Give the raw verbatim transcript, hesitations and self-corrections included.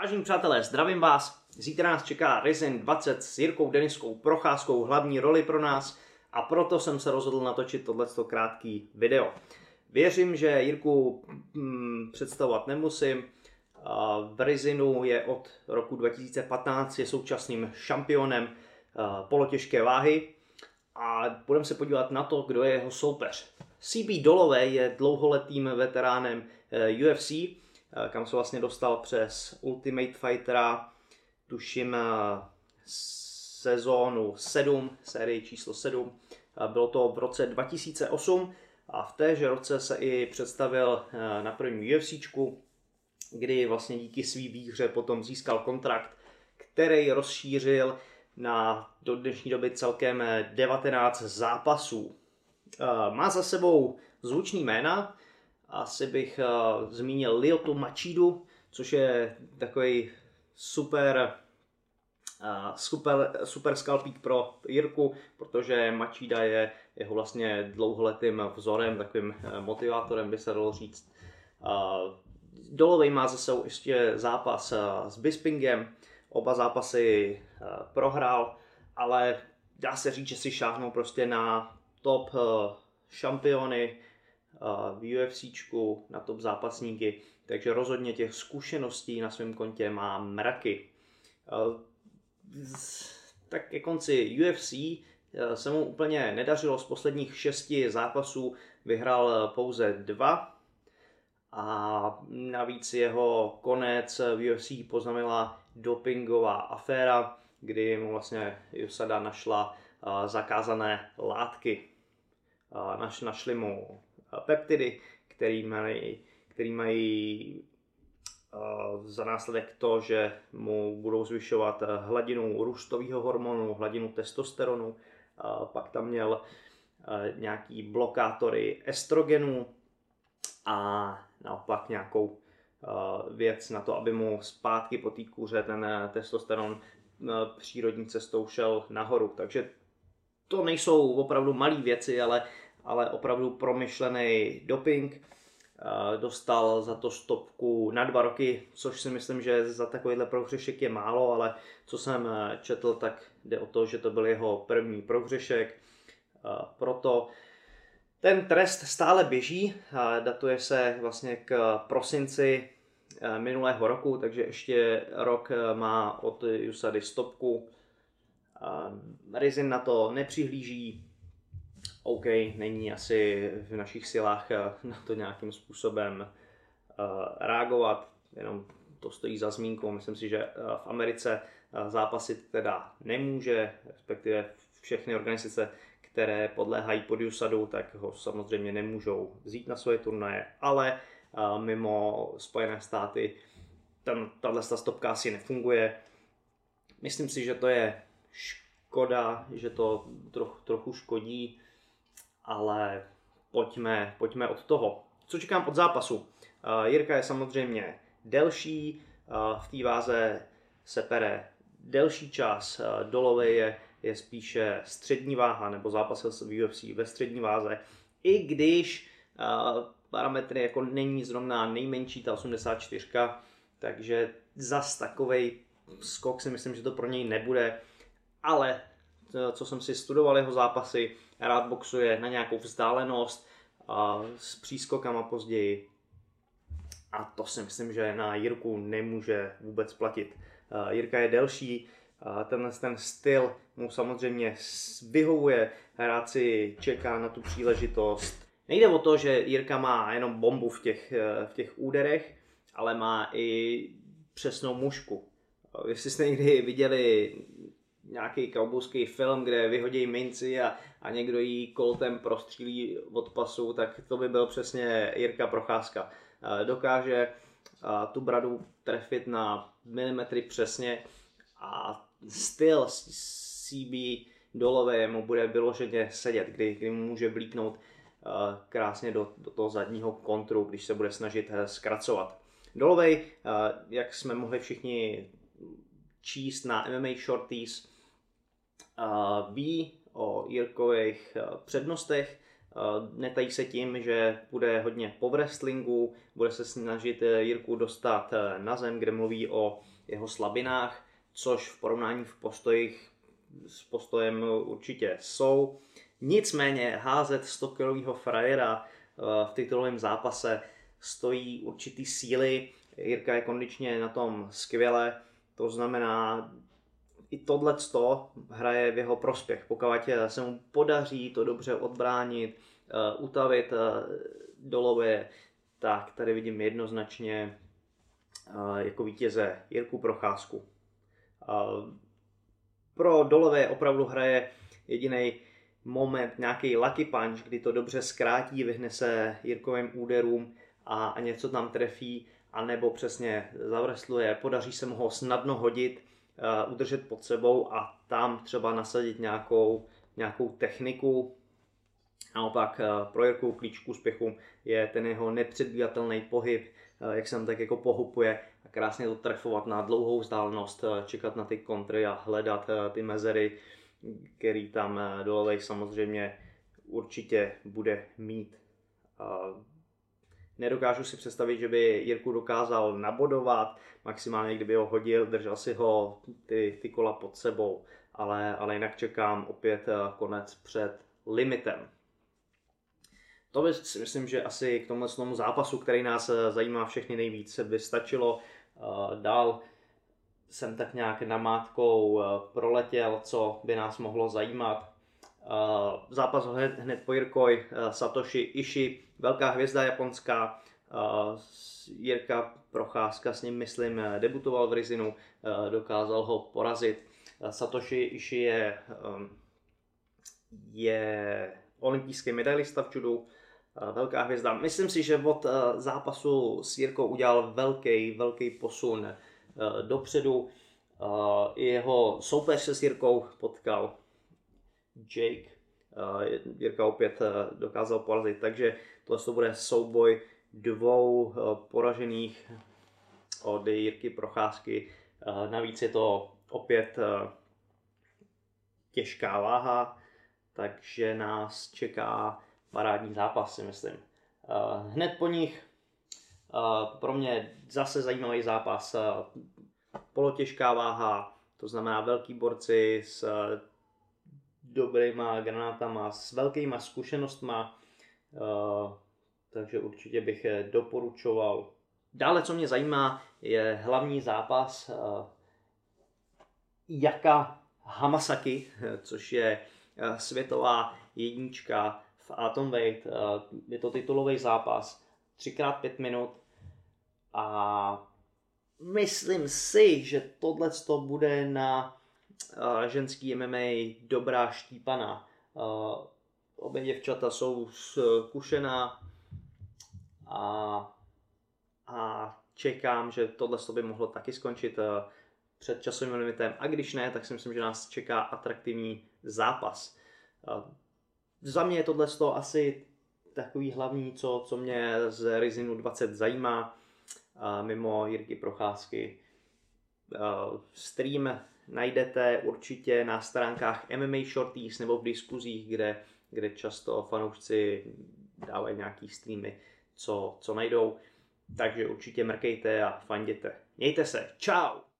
Vážení přátelé, zdravím vás. Zítra nás čeká Rizin dvacet s Jirkou Deniskou Procházkou, hlavní roli pro nás, a proto jsem se rozhodl natočit tohleto krátký video. Věřím, že Jirku hmm, představovat nemusím. V Rizinu je od roku dva tisíce patnáct, je současným šampionem polotěžké váhy a budeme se podívat na to, kdo je jeho soupeř. C B Dolloway je dlouholetým veteránem U F C, kam se vlastně dostal přes Ultimate Fightera, tuším sezónu sedm, sérii číslo sedm. Bylo to v roce dva tisíce osm a v téže roce se i představil na prvním UFCčku, kdy vlastně díky své výhře potom získal kontrakt, který rozšířil na do dnešní doby celkem devatenáct zápasů. Má za sebou zvučný jména. Asi bych uh, zmínil Lyotu Machidu, což je takový super, uh, super, super skalpík pro Jirku, protože Machida je jeho vlastně dlouholetým vzorem, takovým uh, motivátorem, by se dalo říct. Uh, Dolloway má za sebou ještě zápas uh, s Bispingem, oba zápasy uh, prohrál, ale dá se říct, že si šáhnou prostě na top uh, šampiony v UFCčku, na top zápasníky, takže rozhodně těch zkušeností na svém kontě má mraky. Tak ke konci U F C se mu úplně nedařilo, z posledních šesti zápasů vyhrál pouze dva a navíc jeho konec v U F C poznamenala dopingová aféra, kdy mu vlastně U S A D A našla zakázané látky. Naš, našli mu peptidy, který mají, který mají uh, za následek to, že mu budou zvyšovat hladinu růstového hormonu, hladinu testosteronu. Uh, pak tam měl uh, nějaký blokátory estrogenů a naopak nějakou uh, věc na to, aby mu zpátky po té kůře ten testosteron uh, přírodní cestou šel nahoru. Takže to nejsou opravdu malé věci, ale ale opravdu promyšlený doping. Dostal za to stopku na dva roky, což si myslím, že za takovýhle prohřešek je málo, ale co jsem četl, tak jde o to, že to byl jeho první prohřešek. Proto ten trest stále běží, datuje se vlastně k prosinci minulého roku, takže ještě rok má od U S A D A stopku. Rizin na to nepřihlíží. OK, není asi v našich silách na to nějakým způsobem reagovat, jenom to stojí za zmínku. Myslím si, že v Americe zápasit teda nemůže, respektive všechny organizace, které podléhají pod U S A D U, tak ho samozřejmě nemůžou vzít na svoje turnaje, ale mimo Spojené státy tam tato stopka asi nefunguje. Myslím si, že to je škoda, že to troch, trochu škodí, ale pojďme, pojďme od toho. Co čekám od zápasu? Uh, Jirka je samozřejmě delší, uh, v té váze se pere delší čas, uh, Dolloway je, je spíše střední váha, nebo zápasil se v U F C ve střední váze, i když uh, parametry jako není zrovna nejmenší, ta osmdesát čtyři, takže zas takovej skok si myslím, že to pro něj nebude, ale co jsem si studoval jeho zápasy, rád boxuje na nějakou vzdálenost a s přískokama později. A to si myslím, že na Jirku nemůže vůbec platit. Jirka je delší, tenhle ten styl mu samozřejmě vyhovuje, rád si čeká na tu příležitost. Nejde o to, že Jirka má jenom bombu v těch, v těch úderech, ale má i přesnou mušku. Jestli jste někdy viděli nějaký kaubojský film, kde vyhodí minci a, a někdo jí koltem prostřílí od pasu, tak to by byl přesně Jirka Procházka. Dokáže tu bradu trefit na milimetry přesně a styl C B Dolloway mu bude vyloženě sedět, kdy, kdy mu může blíknout krásně do, do toho zadního kontru, když se bude snažit zkracovat. Dolloway, jak jsme mohli všichni číst na M M A Shorties, ví o Jirkových přednostech, Netají se tím, že bude hodně po wrestlingu, bude se snažit Jirku dostat na zem, kde mluví o jeho slabinách, což v porovnání v postojích s postojem určitě jsou. Nicméně házet sto kilového frajera v titulovém zápase stojí určitý síly. Jirka je kondičně na tom skvěle, to znamená, i tohleto hraje v jeho prospěch. Pokud se mu podaří to dobře odbránit, uh, utavit uh, dolově, tak tady vidím jednoznačně uh, jako vítěze Jirku Procházku. Uh, pro dolové opravdu hraje jediný moment, nějaký lucky punch, kdy to dobře zkrátí, vyhne se Jirkovým úderům a, a něco tam trefí, anebo přesně zavresluje, podaří se mu ho snadno hodit, uh, udržet pod sebou a tam třeba nasadit nějakou, nějakou techniku. Naopak uh, pro Jirku klíč k úspěchu je ten jeho nepředvídatelný pohyb, uh, jak se tam tak jako pohupuje a krásně to trefovat na dlouhou vzdálenost, uh, čekat na ty kontry a hledat uh, ty mezery, který tam uh, dolovej samozřejmě určitě bude mít. Uh, Nedokážu si představit, že by Jirku dokázal nabodovat, maximálně kdyby ho hodil, držel si ho ty, ty kola pod sebou, ale, ale jinak čekám opět konec před limitem. To by si myslím, že asi k tomhle zápasu, který nás zajímá všechny nejvíc, by stačilo. Dál jsem tak nějak namátkou proletěl, co by nás mohlo zajímat. Uh, zápas hned, hned po Jirkoj, uh, Satoshi Ishii, velká hvězda japonská, uh, Jirka Procházka s ním, myslím, debutoval v Rizinu, uh, dokázal ho porazit. Uh, Satoshi Ishii je, um, je olympijský medailista v judu, uh, velká hvězda. Myslím si, že od uh, zápasu s Jirkou udělal velký, velký posun uh, dopředu. Uh, I jeho soupeř se s Jirkou potkal, Jake. Uh, Jirka opět uh, dokázal porazit, takže tohle bude souboj dvou uh, poražených od Jirky Procházky. Uh, navíc je to opět uh, těžká váha, takže nás čeká parádní zápas, si myslím. Uh, hned po nich uh, pro mě zase zajímavý zápas. Uh, polotěžká váha, to znamená velký borci s uh, dobrýma granátama, s velkýma zkušenostma, uh, takže určitě bych je doporučoval. Dále, co mě zajímá, je hlavní zápas uh, Jaka Hamasaki, což je uh, světová jednička v atomweight. Uh, je to titulový zápas, tři krát pět minut a myslím si, že tohleto bude na Uh, ženský M M A dobrá štípaná. Uh, obě děvčata jsou zkušená a, a čekám, že tohle by mohlo taky skončit uh, před časovým limitem. A když ne, tak si myslím, že nás čeká atraktivní zápas. Uh, za mě je tohle asi takový hlavní, co, co mě z Rizinu dvacet zajímá, uh, mimo Jirky Procházky. Uh, stream najdete určitě na stránkách M M A Shorties nebo v diskuzích, kde, kde často fanoušci dávají nějaký streamy, co, co najdou. Takže určitě mrkejte a fanděte. Mějte se, čau!